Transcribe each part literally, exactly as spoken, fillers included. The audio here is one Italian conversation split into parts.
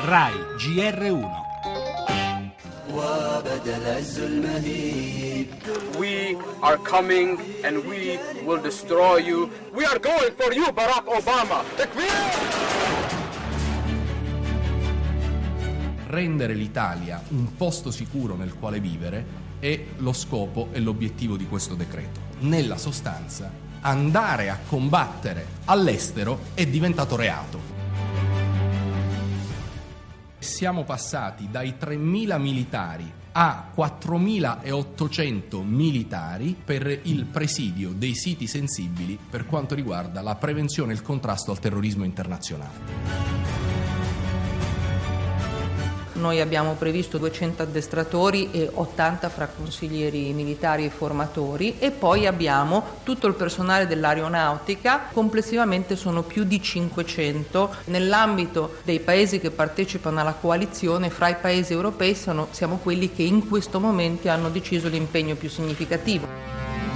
Rai G R uno. We are coming and we will destroy you. We are going for you, Barack Obama. Rendere l'Italia un posto sicuro nel quale vivere è lo scopo e l'obiettivo di questo decreto. Nella sostanza, andare a combattere all'estero è diventato reato. Siamo passati dai tremila militari a quattromilaottocento militari per il presidio dei siti sensibili per quanto riguarda la prevenzione e il contrasto al terrorismo internazionale. Noi abbiamo previsto duecento addestratori e ottanta fra consiglieri militari e formatori, e poi abbiamo tutto il personale dell'aeronautica, complessivamente sono più di cinquecento. Nell'ambito dei paesi che partecipano alla coalizione, fra i paesi europei sono, siamo quelli che in questo momento hanno deciso l'impegno più significativo.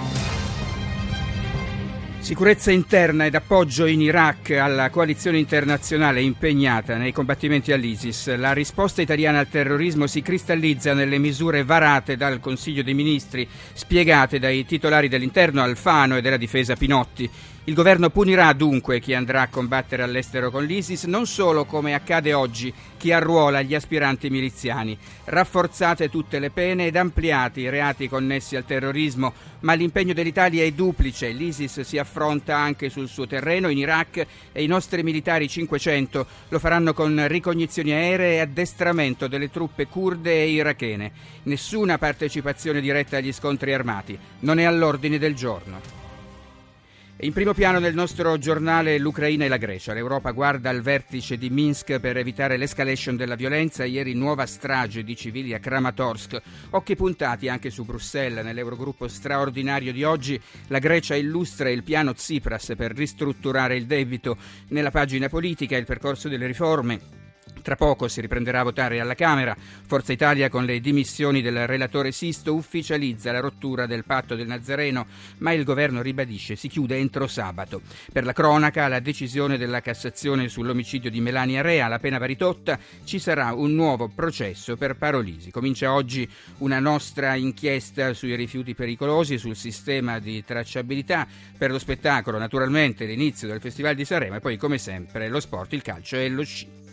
Sicurezza interna ed appoggio in Iraq alla coalizione internazionale impegnata nei combattimenti all'ISIS. La risposta italiana al terrorismo si cristallizza nelle misure varate dal Consiglio dei Ministri, spiegate dai titolari dell'Interno Alfano e della Difesa Pinotti. Il governo punirà dunque chi andrà a combattere all'estero con l'ISIS, non solo, come accade oggi, chi arruola gli aspiranti miliziani. Rafforzate tutte le pene ed ampliati i reati connessi al terrorismo, ma l'impegno dell'Italia è duplice. L'ISIS si affronta anche sul suo terreno, in Iraq, e i nostri militari cinquecento lo faranno con ricognizioni aeree e addestramento delle truppe kurde e irachene. Nessuna partecipazione diretta agli scontri armati, non è all'ordine del giorno. In primo piano nel nostro giornale l'Ucraina e la Grecia. L'Europa guarda al vertice di Minsk per evitare l'escalation della violenza. Ieri nuova strage di civili a Kramatorsk. Occhi puntati anche su Bruxelles. Nell'Eurogruppo straordinario di oggi la Grecia illustra il piano Tsipras per ristrutturare il debito. Nella pagina politica il percorso delle riforme. Tra poco si riprenderà a votare alla Camera. Forza Italia, con le dimissioni del relatore Sisto, ufficializza la rottura del patto del Nazareno, ma il governo ribadisce si chiude entro sabato. Per la cronaca, la decisione della Cassazione sull'omicidio di Melania Rea, la pena va ridotta, ci sarà un nuovo processo per Parolisi. Comincia oggi una nostra inchiesta sui rifiuti pericolosi, sul sistema di tracciabilità. Per lo spettacolo, naturalmente, l'inizio del Festival di Sanremo e poi, come sempre, lo sport, il calcio e lo sci.